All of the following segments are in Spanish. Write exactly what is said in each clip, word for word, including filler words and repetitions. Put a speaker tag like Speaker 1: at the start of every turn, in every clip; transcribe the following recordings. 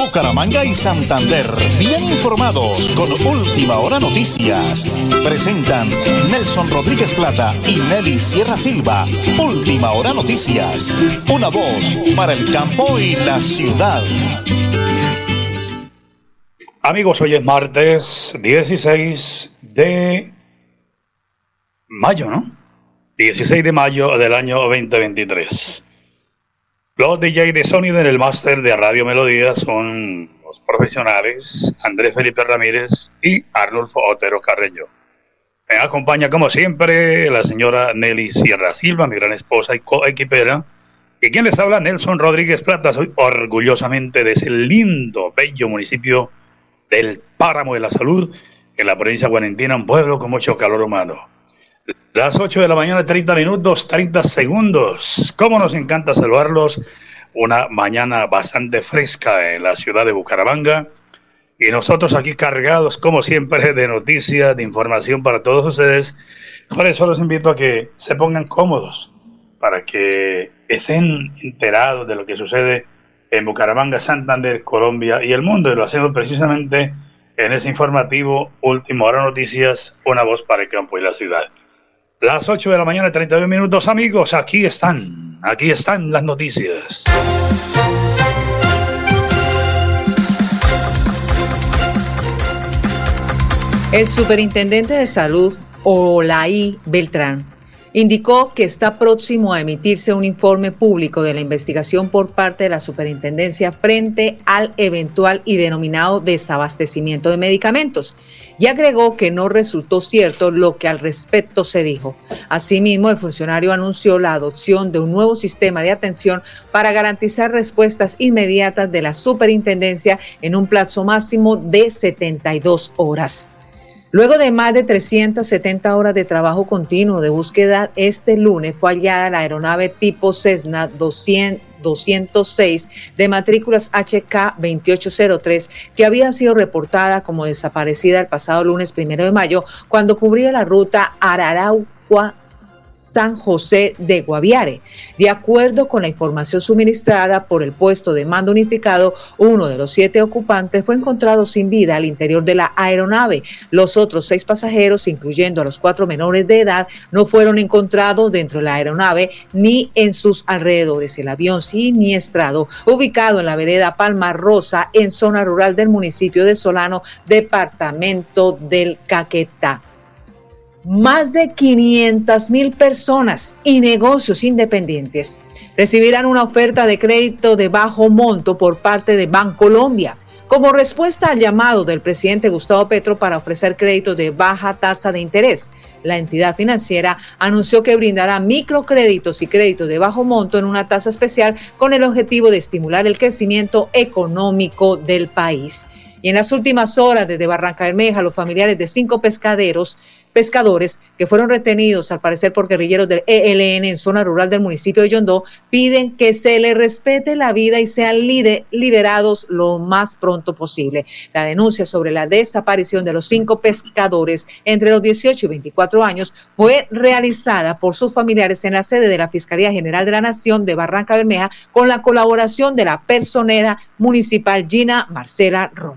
Speaker 1: Bucaramanga y Santander, bien informados con Última Hora Noticias. Presentan Nelson Rodríguez Plata y Nelly Sierra Silva. Última Hora Noticias, una voz para el campo y la ciudad.
Speaker 2: Amigos, hoy es martes dieciséis de mayo, ¿no? dieciséis de mayo del año veinte veintitrés. Los D J de sonido en el máster de Radio Melodía son los profesionales Andrés Felipe Ramírez y Arnulfo Otero Carreño. Me acompaña como siempre la señora Nelly Sierra Silva, mi gran esposa y coequipera. Y quien les habla, Nelson Rodríguez Plata. Soy orgullosamente de ese lindo, bello municipio del Páramo de la Salud, en la provincia guarentina, un pueblo con mucho calor humano. Las ocho de la mañana, treinta minutos, treinta segundos. Cómo nos encanta saludarlos. Una mañana bastante fresca en la ciudad de Bucaramanga. Y nosotros aquí cargados, como siempre, de noticias, de información para todos ustedes. Por eso los invito a que se pongan cómodos, para que estén enterados de lo que sucede en Bucaramanga, Santander, Colombia y el mundo. Y lo hacemos precisamente en ese informativo Última Hora Noticias, una voz para el campo y la ciudad. Las ocho de la mañana, treinta y dos minutos, amigos, aquí están, aquí están las noticias.
Speaker 3: El superintendente de salud, Olaí Beltrán, indicó que está próximo a emitirse un informe público de la investigación por parte de la superintendencia frente al eventual y denominado desabastecimiento de medicamentos, y agregó que no resultó cierto lo que al respecto se dijo. Asimismo, el funcionario anunció la adopción de un nuevo sistema de atención para garantizar respuestas inmediatas de la superintendencia en un plazo máximo de setenta y dos horas. Luego de más de trescientas setenta horas de trabajo continuo de búsqueda, este lunes fue hallada la aeronave tipo Cessna doscientos seis de matrículas H K veintiocho cero tres, que había sido reportada como desaparecida el pasado lunes primero de mayo, cuando cubría la ruta Ararauca San José de Guaviare. De acuerdo con la información suministrada por el puesto de mando unificado, uno de los siete ocupantes fue encontrado sin vida al interior de la aeronave. Los otros seis pasajeros, incluyendo a los cuatro menores de edad, no fueron encontrados dentro de la aeronave ni en sus alrededores. El avión siniestrado, ubicado en la vereda Palma Rosa, en zona rural del municipio de Solano, departamento del Caquetá. Más de quinientas mil personas y negocios independientes recibirán una oferta de crédito de bajo monto por parte de Bancolombia, como respuesta al llamado del presidente Gustavo Petro para ofrecer créditos de baja tasa de interés. La entidad financiera anunció que brindará microcréditos y créditos de bajo monto en una tasa especial con el objetivo de estimular el crecimiento económico del país. Y en las últimas horas, desde Barranca Bermeja, los familiares de cinco pescaderos pescadores que fueron retenidos al parecer por guerrilleros del E L N en zona rural del municipio de Yondó piden que se les respete la vida y sean liberados lo más pronto posible. La denuncia sobre la desaparición de los cinco pescadores entre los dieciocho y veinticuatro años fue realizada por sus familiares en la sede de la Fiscalía General de la Nación de Barranca Bermeja con la colaboración de la personera municipal Gina Marcela Romo.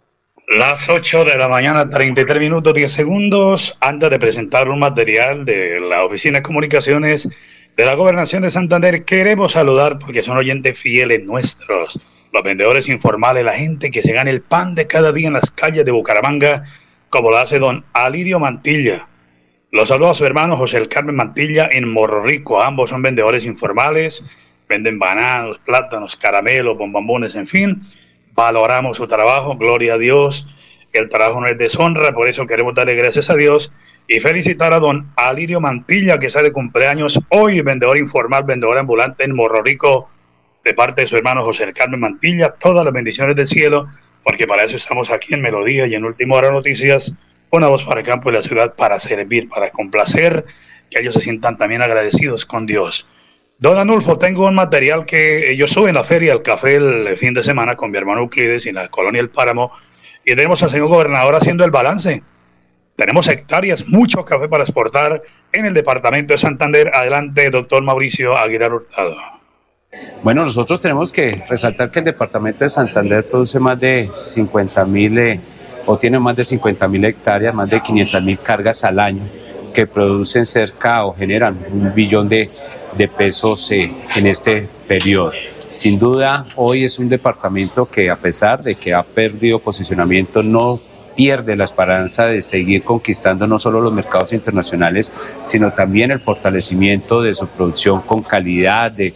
Speaker 2: Las ocho de la mañana, treinta y tres minutos, diez segundos. Antes de presentar un material de la Oficina de Comunicaciones de la Gobernación de Santander, queremos saludar, porque son oyentes fieles nuestros, los vendedores informales, la gente que se gana el pan de cada día en las calles de Bucaramanga, como lo hace don Alirio Mantilla. Los saluda a su hermano José el Carmen Mantilla en Morro Rico. Ambos son vendedores informales, venden bananos, plátanos, caramelos, bombambones, en fin. Valoramos su trabajo, gloria a Dios. El trabajo no es deshonra, por eso queremos darle gracias a Dios y felicitar a don Alirio Mantilla, que está de cumpleaños hoy, vendedor informal, vendedor ambulante en Morro Rico, de parte de su hermano José el Carmen Mantilla. Todas las bendiciones del cielo, porque para eso estamos aquí en Melodía y en Última Hora Noticias, una voz para el campo y la ciudad, para servir, para complacer, que ellos se sientan también agradecidos con Dios. Don Anulfo, tengo un material que yo estuve en la Feria del Café el fin de semana con mi hermano Euclides y la colonia El Páramo, y tenemos al señor gobernador haciendo el balance. Tenemos hectáreas, mucho café para exportar en el departamento de Santander. Adelante, doctor Mauricio Aguilar Hurtado.
Speaker 4: Bueno, nosotros tenemos que resaltar que el departamento de Santander produce más de cincuenta mil eh, o tiene más de cincuenta mil hectáreas, más de quinientas mil cargas al año, que producen cerca o generan un billón de, de pesos eh, en este periodo. Sin duda, hoy es un departamento que, a pesar de que ha perdido posicionamiento, no pierde la esperanza de seguir conquistando no solo los mercados internacionales, sino también el fortalecimiento de su producción con calidad, de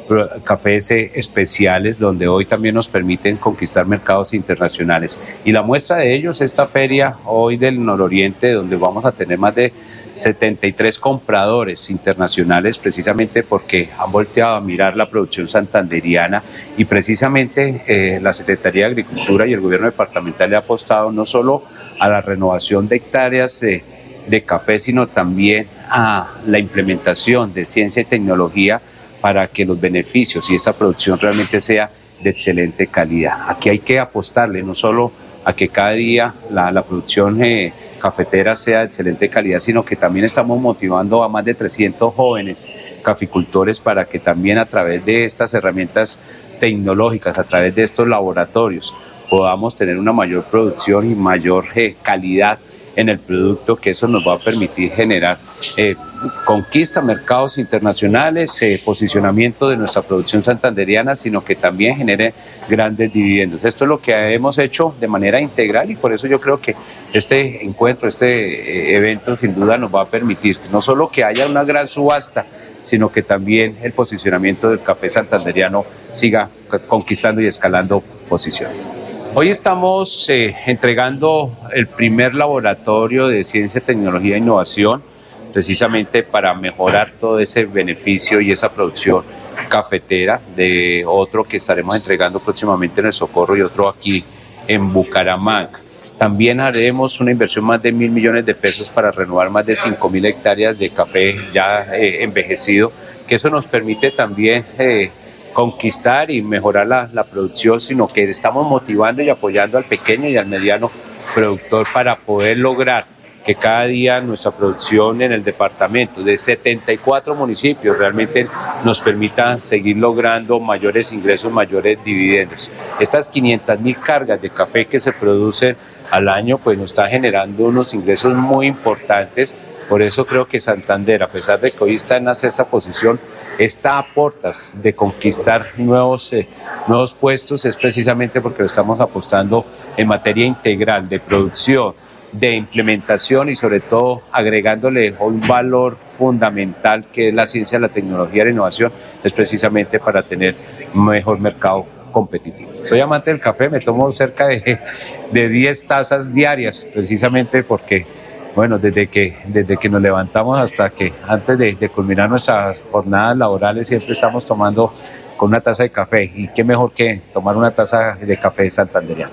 Speaker 4: cafés especiales, donde hoy también nos permiten conquistar mercados internacionales. Y la muestra de ellos es esta feria hoy del Nororiente, donde vamos a tener más de setenta y tres compradores internacionales, precisamente porque han volteado a mirar la producción santanderiana, y precisamente eh, la Secretaría de Agricultura y el gobierno departamental le ha apostado no solo a la renovación de hectáreas de, de café, sino también a la implementación de ciencia y tecnología para que los beneficios y esa producción realmente sea de excelente calidad. Aquí hay que apostarle no solo a que cada día la, la producción eh, cafetera sea de excelente calidad, sino que también estamos motivando a más de trescientos jóvenes caficultores para que también a través de estas herramientas tecnológicas, a través de estos laboratorios, podamos tener una mayor producción y mayor eh, calidad en el producto, que eso nos va a permitir generar eh, conquista, mercados internacionales, eh, posicionamiento de nuestra producción santanderiana, sino que también genere grandes dividendos. Esto es lo que hemos hecho de manera integral, y por eso yo creo que este encuentro, este eh, evento sin duda nos va a permitir no solo que haya una gran subasta, sino que también el posicionamiento del café santanderiano siga conquistando y escalando posiciones. Hoy estamos eh, entregando el primer laboratorio de ciencia, tecnología e innovación, precisamente para mejorar todo ese beneficio y esa producción cafetera, de otro que estaremos entregando próximamente en El Socorro y otro aquí en Bucaramanga. También haremos una inversión más de mil millones de pesos para renovar más de cinco mil hectáreas de café ya eh, envejecido, que eso nos permite también eh, conquistar y mejorar la, la producción, sino que estamos motivando y apoyando al pequeño y al mediano productor para poder lograr que cada día nuestra producción en el departamento de setenta y cuatro municipios realmente nos permita seguir logrando mayores ingresos, mayores dividendos. Estas quinientas mil cargas de café que se producen al año pues nos están generando unos ingresos muy importantes. Por eso creo que Santander, a pesar de que hoy está en la sexta posición, está a puertas de conquistar nuevos, eh, nuevos puestos, es precisamente porque lo estamos apostando en materia integral de producción, de implementación y sobre todo agregándole un valor fundamental que es la ciencia, la tecnología y la innovación, es precisamente para tener un mejor mercado competitivo. Soy amante del café, me tomo cerca de, de diez tazas diarias, precisamente porque bueno, desde que, desde que nos levantamos hasta que antes de, de culminar nuestras jornadas laborales siempre estamos tomando con una taza de café, y qué mejor que tomar una taza de café santanderiano.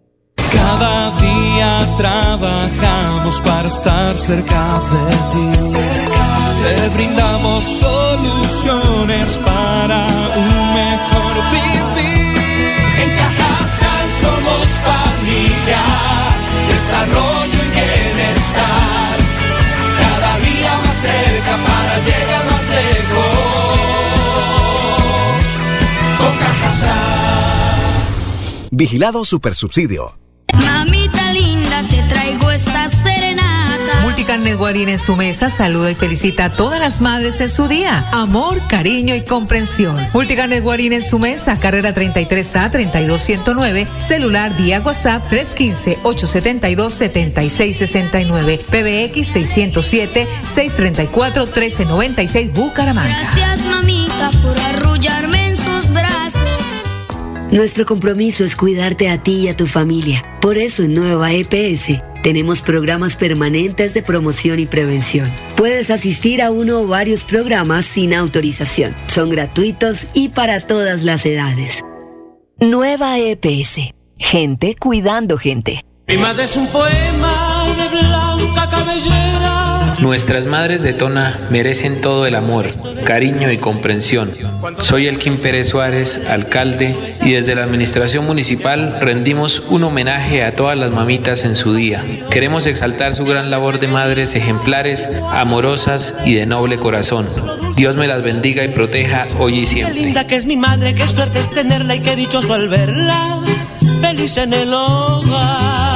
Speaker 5: Cada día trabajamos para estar cerca de ti. Te brindamos soluciones para un mejor vivir. En Cajasal somos familia, desarrollo y bienestar. Cada día más cerca para llegar más lejos. Con Cajasal.
Speaker 6: Vigilado Supersubsidio.
Speaker 7: Mamita linda, te traigo esta serenata.
Speaker 3: Multicarnes Guarín en su mesa saluda y felicita a todas las madres en su día. Amor, cariño y comprensión. Multicarnes Guarín en su mesa, carrera treinta y tres A treinta y dos ciento nueve, celular vía WhatsApp tres uno cinco, ocho siete dos, siete seis seis nueve, P B X seiscientos siete, seiscientos treinta y cuatro, trece noventa y seis, Bucaramanga.
Speaker 7: Gracias, mamita, por arrullarme en sus brazos.
Speaker 8: Nuestro compromiso es cuidarte a ti y a tu familia. Por eso en Nueva E P S tenemos programas permanentes de promoción y prevención. Puedes asistir a uno o varios programas sin autorización. Son gratuitos y para todas las edades. Nueva E P S. Gente cuidando gente.
Speaker 5: Mi madre es un poema de blanca cabellera
Speaker 9: Nuestras madres de Tona merecen todo el amor, cariño y comprensión. Soy Elkin Pérez Suárez, alcalde, y desde la administración municipal rendimos un homenaje a todas las mamitas en su día. Queremos exaltar su gran labor de madres ejemplares, amorosas y de noble corazón. Dios me las bendiga y proteja hoy y siempre.
Speaker 5: Qué linda que es mi madre, qué suerte es tenerla y qué dichoso al verla, feliz en el hogar.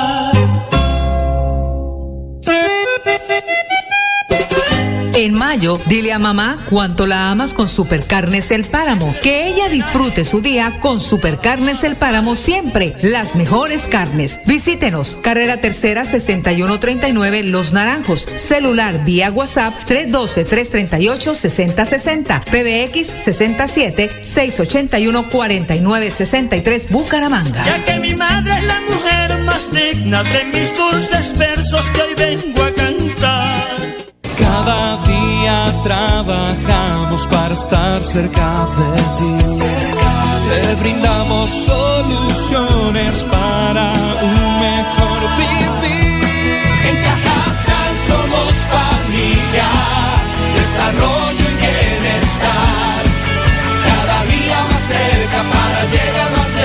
Speaker 3: En mayo, dile a mamá cuánto la amas con Supercarnes El Páramo. Que ella disfrute su día con Supercarnes El Páramo siempre. Las mejores carnes. Visítenos. Carrera Tercera sesenta y uno treinta y nueve Los Naranjos. Celular vía WhatsApp tres uno dos, tres tres ocho, seis cero seis cero. P B X sesenta y siete, seiscientos ochenta y uno, cuarenta y nueve sesenta y tres Bucaramanga.
Speaker 5: Ya que mi madre es la mujer más digna de mis dulces versos que hoy vengo a cantar. Cada día trabajamos para estar cerca de ti. Te brindamos soluciones para un mejor vivir. En Cajasal somos familia, desarrollo y bienestar. Cada día más cerca para llegar más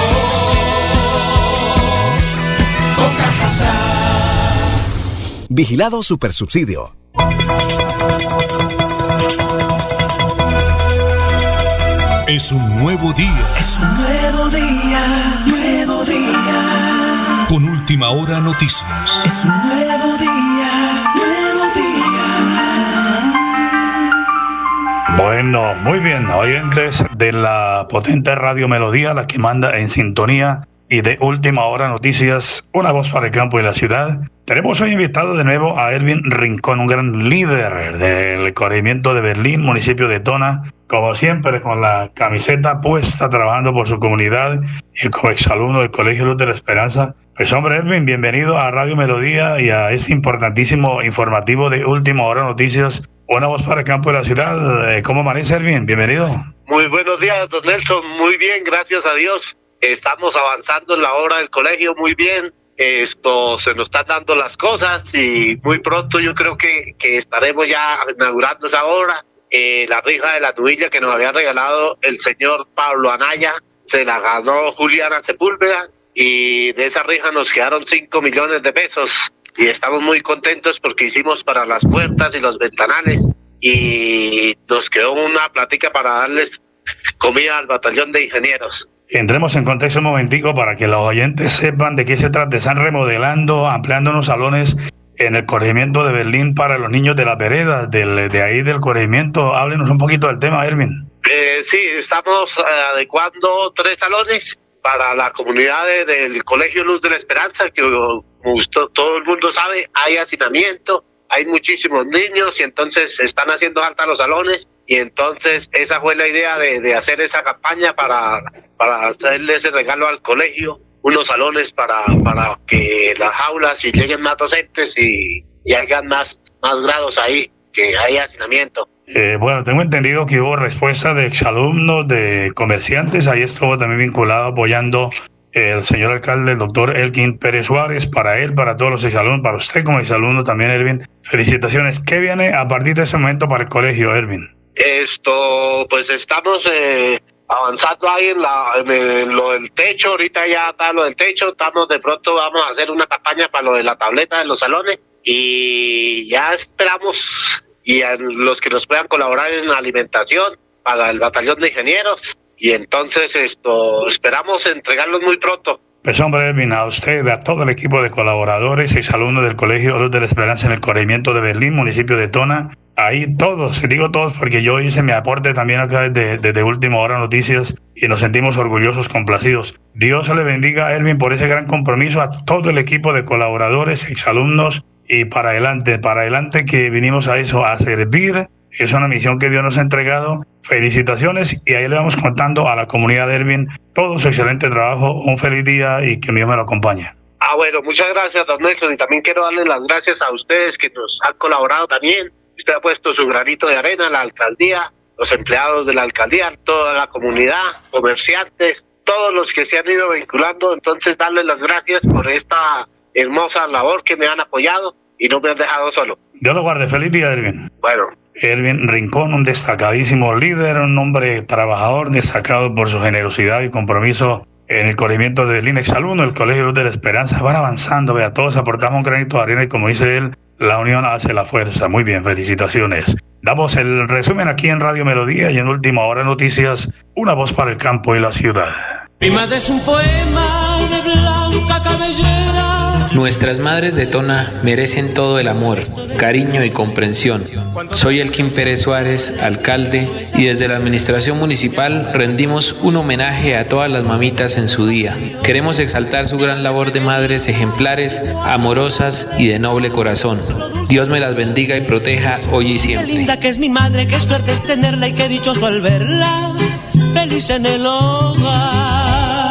Speaker 5: lejos. Con Cajasal.
Speaker 6: Vigilado Supersubsidio.
Speaker 10: Es un nuevo día.
Speaker 5: Es un nuevo día, nuevo día.
Speaker 10: Con Última Hora Noticias.
Speaker 5: Es un nuevo día, nuevo día.
Speaker 2: Bueno, muy bien, oyentes de la potente Radio Melodía, la que manda en sintonía, y de Última Hora Noticias, una voz para el campo y la ciudad. Tenemos hoy invitado de nuevo a Erwin Rincón, un gran líder del corregimiento de Berlín, municipio de Tona, como siempre con la camiseta puesta, trabajando por su comunidad y como exalumno del Colegio Luz de la Esperanza. Pues hombre, Erwin, bienvenido a Radio Melodía y a este importantísimo informativo de Última Hora Noticias, una voz para el campo y la ciudad. ¿Cómo amanece, Erwin? Bienvenido.
Speaker 11: Muy buenos días, don Nelson. Muy bien, gracias a Dios. Estamos avanzando en la obra del colegio muy bien. Esto se nos están dando las cosas y muy pronto yo creo que, que estaremos ya inaugurando esa obra. Eh, la rifa de la tubilla que nos había regalado el señor Pablo Anaya se la ganó Juliana Sepúlveda y de esa rifa nos quedaron cinco millones de pesos y estamos muy contentos porque hicimos para las puertas y los ventanales y nos quedó una plática para darles comida al batallón de ingenieros.
Speaker 2: Entremos en contexto un momentico para que los oyentes sepan de qué se trata. Están remodelando, ampliando unos salones en el corregimiento de Berlín para los niños de las veredas, del, de ahí del corregimiento. Háblenos un poquito del tema, Erwin.
Speaker 11: Eh, sí, estamos eh, adecuando tres salones para la comunidad de, del Colegio Luz de la Esperanza, que como usted, todo el mundo sabe, hay hacinamiento, hay muchísimos niños y entonces están haciendo falta los salones. Y entonces esa fue la idea de, de hacer esa campaña para, para hacerle ese regalo al colegio, unos salones para, para que las aulas y lleguen más docentes y, y hagan más, más grados ahí, que hay hacinamiento.
Speaker 2: Eh, bueno, tengo entendido que hubo respuesta de exalumnos, de comerciantes, ahí estuvo también vinculado apoyando el señor alcalde, el doctor Elkin Pérez Suárez, para él, para todos los exalumnos, para usted como exalumno también, Erwin. Felicitaciones. ¿Qué viene a partir de ese momento para el colegio, Erwin?
Speaker 11: Esto, pues estamos eh, avanzando ahí en, la, en, el, en lo del techo, ahorita ya está lo del techo, estamos de pronto vamos a hacer una campaña para lo de la tableta de los salones y ya esperamos y a los que nos puedan colaborar en la alimentación para el batallón de ingenieros y entonces esto esperamos entregarlos muy pronto.
Speaker 2: Pues hombre, Erwin, a usted, a todo el equipo de colaboradores, exalumnos del Colegio Luz de la Esperanza en el corregimiento de Berlín, municipio de Tona, ahí todos, digo todos porque yo hice mi aporte también acá desde, desde Última Hora Noticias y nos sentimos orgullosos, complacidos. Dios le bendiga, Erwin, por ese gran compromiso, a todo el equipo de colaboradores, exalumnos y para adelante, para adelante que vinimos a eso, a servir. Es una misión que Dios nos ha entregado. Felicitaciones y ahí le vamos contando a la comunidad de Erwin todo su excelente trabajo. Un feliz día y que Dios me lo acompañe.
Speaker 11: Ah, bueno, muchas gracias, don Nelson, y también quiero darles las gracias a ustedes que nos han colaborado también. Usted ha puesto su granito de arena, la alcaldía, los empleados de la alcaldía, toda la comunidad, comerciantes, todos los que se han ido vinculando. Entonces, darles las gracias por esta hermosa labor que me han apoyado y no me has dejado solo.
Speaker 2: Dios lo guarde. Feliz día, Elvin.
Speaker 11: Bueno.
Speaker 2: Elvin Rincón, un destacadísimo líder, un hombre trabajador, destacado por su generosidad y compromiso en el corrimiento del INEX Alumno, el Colegio Luz de la Esperanza. Van avanzando, vea, todos aportamos un granito de arena y como dice él, la unión hace la fuerza. Muy bien, felicitaciones. Damos el resumen aquí en Radio Melodía y en Última Hora Noticias, una voz para el campo y la ciudad.
Speaker 5: Mi madre es un poema de blanca cabellera.
Speaker 9: Nuestras madres de Tona merecen todo el amor, cariño y comprensión. Soy Elkin Pérez Suárez, alcalde, y desde la administración municipal rendimos un homenaje a todas las mamitas en su día. Queremos exaltar su gran labor de madres ejemplares, amorosas y de noble corazón. Dios me las bendiga y proteja hoy y siempre.
Speaker 5: Qué linda que es mi madre, qué suerte es tenerla y qué dichoso al verla, feliz en el hogar.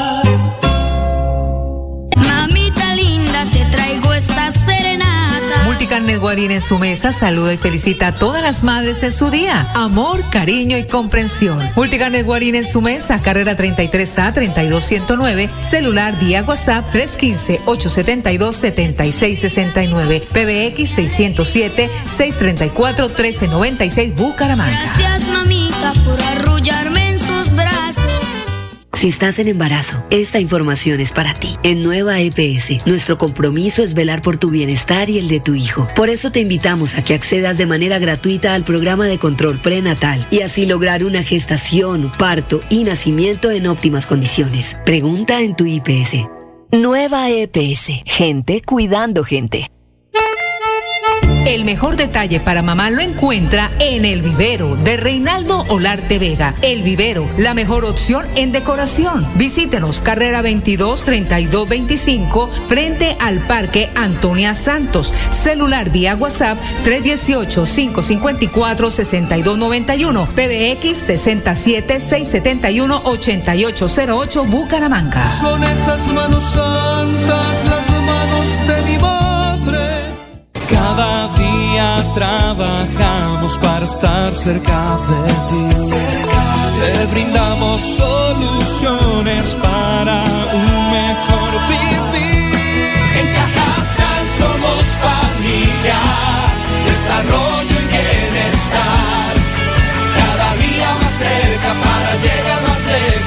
Speaker 3: Multicarnes Guarín en su mesa saluda y felicita a todas las madres en su día. Amor, cariño y comprensión. Multicarnes Guarín en su mesa, carrera treinta y tres A treinta y dos ciento nueve, celular vía WhatsApp tres uno cinco, ocho siete dos, siete seis seis nueve, P B X seiscientos siete, seiscientos treinta y cuatro, trece noventa y seis, Bucaramanga.
Speaker 7: Gracias, mamita, por arrullarme en sus brazos.
Speaker 8: Si estás en embarazo, esta información es para ti. En Nueva E P S, nuestro compromiso es velar por tu bienestar y el de tu hijo. Por eso te invitamos a que accedas de manera gratuita al programa de control prenatal y así lograr una gestación, parto y nacimiento en óptimas condiciones. Pregunta en tu I P S. Nueva E P S, gente cuidando gente.
Speaker 3: El mejor detalle para mamá lo encuentra en El Vivero de Reinaldo Olarte Vega. El Vivero, la mejor opción en decoración. Visítenos, carrera veintidós, treinta y dos veinticinco, frente al Parque Antonia Santos. Celular vía WhatsApp tres uno ocho, cinco cinco cuatro, seis dos nueve uno, P B X sesenta y siete, seiscientos setenta y uno, ochenta y ocho cero ocho, Bucaramanga.
Speaker 5: Son esas manos santas, las manos de mi madre. Cada día trabajamos para estar cerca de ti. Te brindamos soluciones para un mejor vivir. En Cajasal somos familia, desarrollo y bienestar. Cada día más cerca para llegar más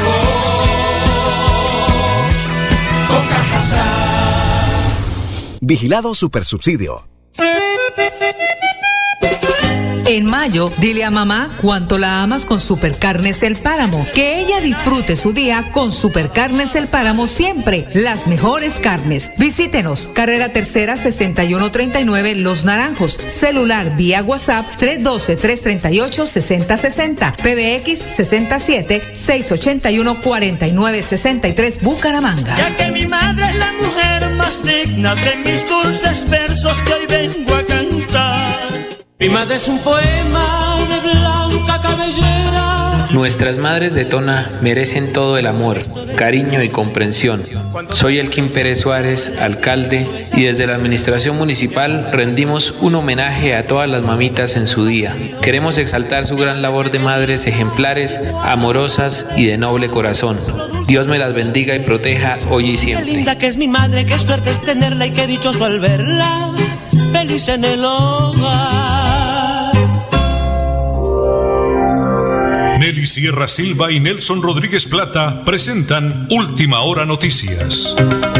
Speaker 5: lejos. Con Cajasal.
Speaker 6: Vigilado Supersubsidio.
Speaker 3: En mayo, dile a mamá cuánto la amas con Supercarnes El Páramo. Que ella disfrute su día con Supercarnes El Páramo siempre. Las mejores carnes. Visítenos. Carrera Tercera sesenta y uno treinta y nueve, Los Naranjos. Celular vía WhatsApp tres uno dos, tres tres ocho, seis cero seis cero. P B X sesenta y siete, seiscientos ochenta y uno, cuarenta y nueve sesenta y tres, Bucaramanga.
Speaker 5: Ya que mi madre es la mujer más digna de mis dulces versos que hoy vengo a cantar. Mi madre es un poema de blanca cabellera.
Speaker 9: Nuestras madres de Tona merecen todo el amor, cariño y comprensión. Soy Elkin Pérez Suárez, alcalde, y desde la administración municipal rendimos un homenaje a todas las mamitas en su día. Queremos exaltar su gran labor de madres ejemplares, amorosas y de noble corazón. Dios me las bendiga y proteja hoy y siempre.
Speaker 5: Qué linda que es mi madre, qué suerte es tenerla y qué dichoso al verla, feliz en el hogar.
Speaker 10: Nelly Sierra Silva y Nelson Rodríguez Plata presentan Última Hora Noticias.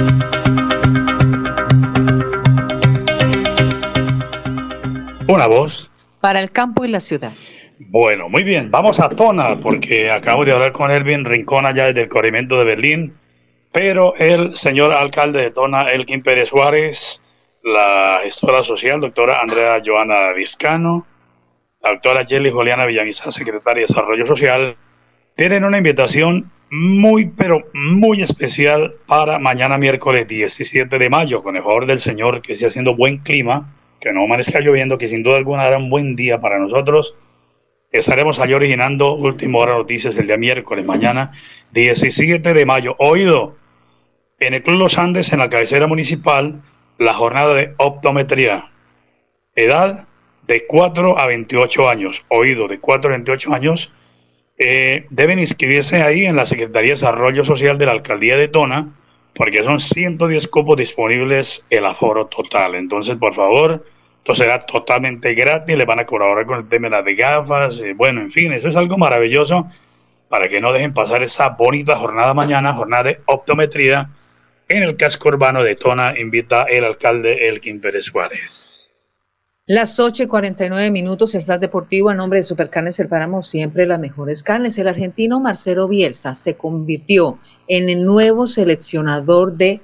Speaker 2: Una voz
Speaker 3: para el campo y la ciudad.
Speaker 2: Bueno, muy bien, vamos a Tona, porque acabo de hablar con Elvin Rincón allá desde el corrimiento de Berlín, pero el señor alcalde de Tona, Elkin Pérez Suárez, la gestora social, doctora Andrea Joana Vizcano, la doctora Yeli Juliana Villamizar, secretaria de Desarrollo Social, tienen una invitación muy, pero muy especial para mañana miércoles diecisiete de mayo, con el favor del Señor, que esté haciendo buen clima, que no amanezca lloviendo, que sin duda alguna hará un buen día para nosotros. Estaremos allí originando Última Hora Noticias el día miércoles, mañana diecisiete de mayo. Oído, en el Club Los Andes, en la cabecera municipal, la jornada de optometría. Edad de cuatro a veintiocho años. Oído, de cuatro a veintiocho años. Eh, deben inscribirse ahí en la Secretaría de Desarrollo Social de la Alcaldía de Tona porque son ciento diez cupos disponibles el aforo total. Entonces, por favor, esto será totalmente gratis, le van a colaborar con el tema de las de gafas, eh, bueno, en fin, eso es algo maravilloso para que no dejen pasar esa bonita jornada mañana, jornada de optometría en el casco urbano de Tona, invita el alcalde Elkin Pérez Suárez.
Speaker 3: Las ocho y cuarenta y nueve minutos, el Flash Deportivo a nombre de Supercarnes El Páramo, siempre las mejores carnes. El argentino Marcelo Bielsa se convirtió en el nuevo seleccionador de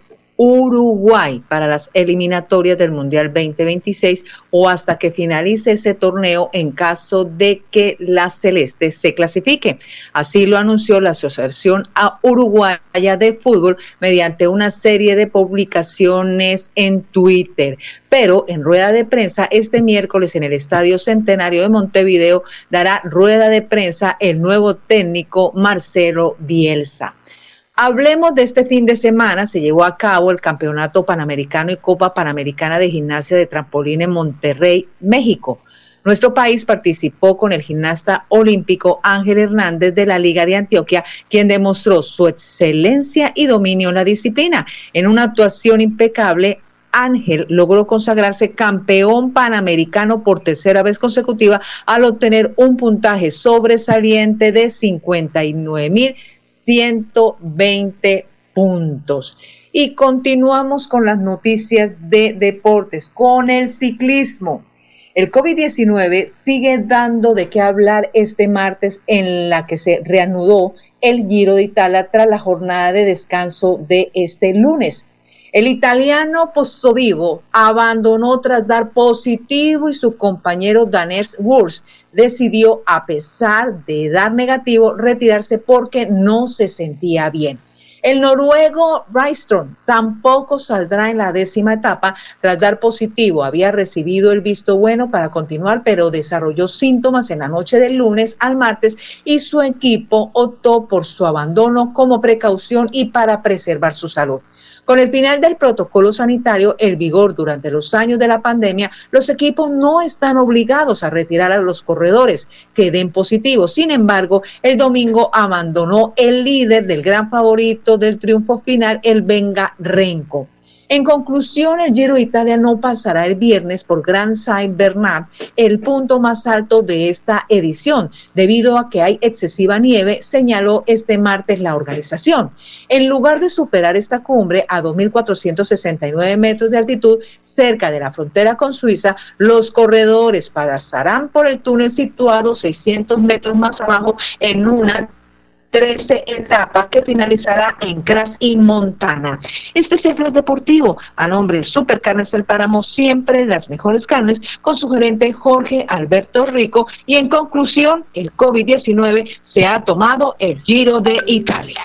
Speaker 3: Uruguay para las eliminatorias del Mundial veinte veintiséis o hasta que finalice ese torneo en caso de que la Celeste se clasifique. Así lo anunció la Asociación Uruguaya de Fútbol mediante una serie de publicaciones en Twitter. Pero en rueda de prensa este miércoles en el Estadio Centenario de Montevideo dará rueda de prensa el nuevo técnico Marcelo Bielsa. Hablemos de este fin de semana, se llevó a cabo el Campeonato Panamericano y Copa Panamericana de Gimnasia de Trampolín en Monterrey, México. Nuestro país participó con el gimnasta olímpico Ángel Hernández de la Liga de Antioquia, quien demostró su excelencia y dominio en la disciplina. En una actuación impecable, Ángel logró consagrarse campeón panamericano por tercera vez consecutiva al obtener un puntaje sobresaliente de cincuenta y nueve mil ciento veinte puntos. Y continuamos con las noticias de deportes, con el ciclismo. El COVID diecinueve sigue dando de qué hablar este martes en la que se reanudó el Giro de Italia tras la jornada de descanso de este lunes. El italiano Pozzovivo abandonó tras dar positivo y su compañero danés Wurz decidió, a pesar de dar negativo, retirarse porque no se sentía bien. El noruego Rydström tampoco saldrá en la décima etapa tras dar positivo. Había recibido el visto bueno para continuar, pero desarrolló síntomas en la noche del lunes al martes y su equipo optó por su abandono como precaución y para preservar su salud. Con el final del protocolo sanitario en vigor durante los años de la pandemia, los equipos no están obligados a retirar a los corredores que den positivo. Sin embargo, el domingo abandonó el líder del gran favorito del triunfo final, el Venga Renko. En conclusión, el Giro de Italia no pasará el viernes por Grand Saint Bernard, el punto más alto de esta edición, debido a que hay excesiva nieve, señaló este martes la organización. En lugar de superar esta cumbre a dos mil cuatrocientos sesenta y nueve metros de altitud, cerca de la frontera con Suiza, los corredores pasarán por el túnel situado seiscientos metros más abajo en una trece etapas que finalizará en Graz y Montana. Este es el Flash Deportivo, a nombre de Supercarnes El Páramo, siempre las mejores carnes, con su gerente Jorge Alberto Rico. Y en conclusión, el COVID diecinueve se ha tomado el Giro de Italia.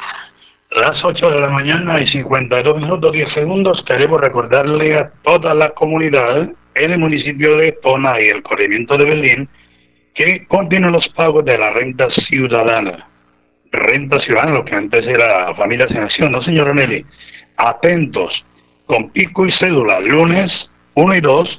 Speaker 2: Las ocho de la mañana y cincuenta y dos minutos diez segundos, queremos recordarle a toda la comunidad en el municipio de Tona y el corregimiento de Belín que continúan los pagos de la renta ciudadana. Renta ciudadana, lo que antes era Familias en Acción, ¿no, señora Nelly? Atentos, con pico y cédula, lunes uno y dos,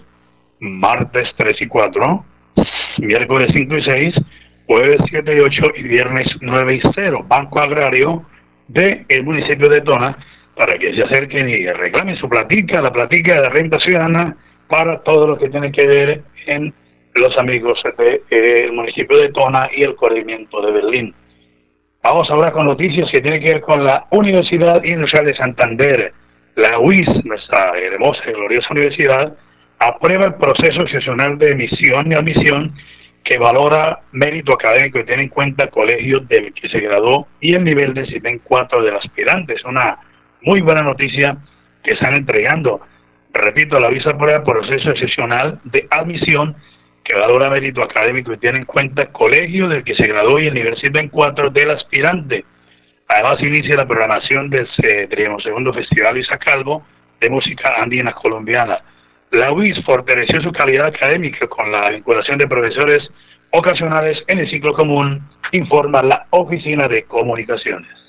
Speaker 2: martes tres y cuatro, miércoles cinco y seis, jueves siete y ocho y viernes nueve y cero. Banco Agrario del municipio de Tona, para que se acerquen y reclamen su platica, la platica de la renta ciudadana para todo lo que tiene que ver en los amigos del eh, municipio de Tona y el corregimiento de Berlín. Vamos ahora con noticias que tienen que ver con la Universidad Industrial de Santander. La U I S, nuestra hermosa y gloriosa universidad, aprueba el proceso excepcional de emisión y admisión que valora mérito académico y tiene en cuenta el colegio del que se graduó y el nivel de CISBEN cuatro del aspirante. Es una muy buena noticia que están entregando. Repito, la U I S aprueba el proceso excepcional de admisión que valora mérito académico y tiene en cuenta el colegio del que se graduó y el nivel CISBEN cuatro del aspirante. Además, inicia la programación del segundo Festival Luisa Calvo de Música Andina Colombiana. La U I S fortaleció su calidad académica con la vinculación de profesores ocasionales en el ciclo común, informa la Oficina de Comunicaciones.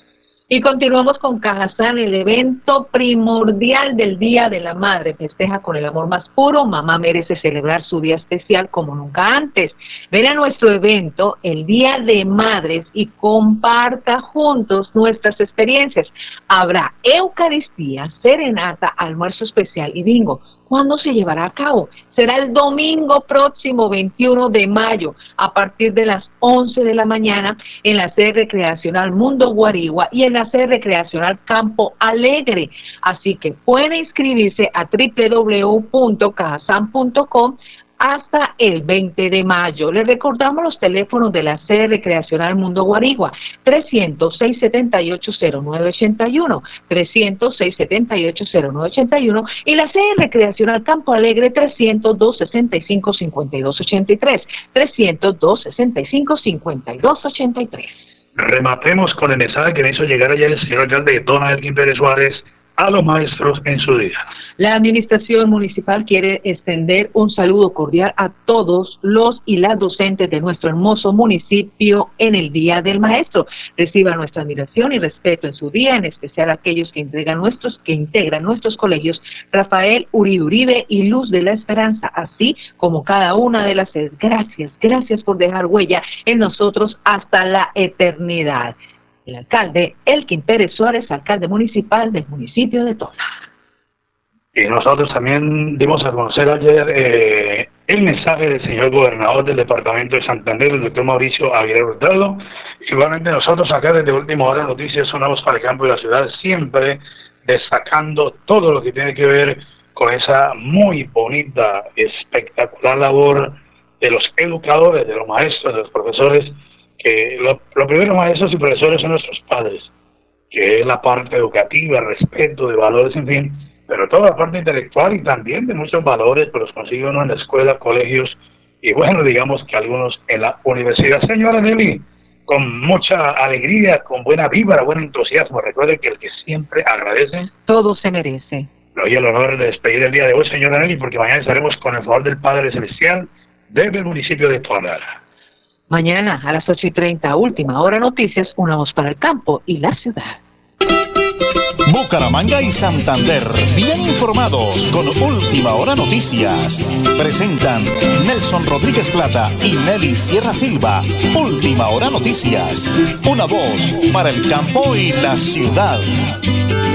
Speaker 3: Y continuamos con Cajazán, el evento primordial del Día de la Madre. Festeja con el amor más puro. Mamá merece celebrar su día especial como nunca antes. Ven a nuestro evento, el Día de Madres, y comparta juntos nuestras experiencias. Habrá Eucaristía, serenata, almuerzo especial y bingo. ¿Cuándo se llevará a cabo? Será el domingo próximo, veintiuno de mayo, a partir de las once de la mañana, en la sede recreacional Mundo Guarigua y en la sede recreacional Campo Alegre. Así que pueden inscribirse a doble u doble u doble u punto cajazán punto com hasta el veinte de mayo. Les recordamos los teléfonos de la sede recreacional Mundo Guarigua: trescientos, seiscientos setenta y ocho, cero nueve ochenta y uno, trescientos, seiscientos setenta y ocho, cero nueve ochenta y uno, y la sede recreacional Campo Alegre trescientos, doscientos sesenta y cinco, cincuenta y dos ochenta y tres, trescientos, doscientos sesenta y cinco, cincuenta y dos ochenta y tres.
Speaker 2: Rematemos con el mensaje que me hizo llegar ayer el señor alcalde de Tona, Elkin Pérez Suárez, a los maestros en su día.
Speaker 3: La administración municipal quiere extender un saludo cordial a todos los y las docentes de nuestro hermoso municipio en el Día del Maestro. Reciba nuestra admiración y respeto en su día, en especial a aquellos que entregan nuestros, que integran nuestros colegios Rafael Uribe Uribe y Luz de la Esperanza, así como cada una de las sedes. Gracias, gracias por dejar huella en nosotros hasta la eternidad. El alcalde Elkin Pérez Suárez, alcalde municipal del municipio de Tona.
Speaker 2: Y nosotros también dimos a conocer ayer eh, el mensaje del señor gobernador del departamento de Santander, el doctor Mauricio Aguilera Hurtado. Igualmente nosotros acá desde Última Hora Noticias sonamos para el campo y la ciudad, siempre destacando todo lo que tiene que ver con esa muy bonita, espectacular labor de los educadores, de los maestros, de los profesores, que los lo primeros maestros y profesores son nuestros padres, que es la parte educativa, respeto, de valores, en fin, pero toda la parte intelectual y también de muchos valores, pues los consigue uno en la escuela, colegios, y bueno, digamos que algunos en la universidad. Señora Nelly, con mucha alegría, con buena vibra, buen entusiasmo, recuerde que el que siempre agradece,
Speaker 3: todo se merece.
Speaker 2: Doy el honor de despedir el día de hoy, señora Nelly, porque mañana estaremos con el favor del Padre Celestial desde el municipio de Tona.
Speaker 3: Mañana a las ocho y treinta, Última Hora Noticias, una voz para el campo y la ciudad.
Speaker 1: Bucaramanga y Santander, bien informados con Última Hora Noticias. Presentan Nelson Rodríguez Plata y Nelly Sierra Silva. Última Hora Noticias, una voz para el campo y la ciudad.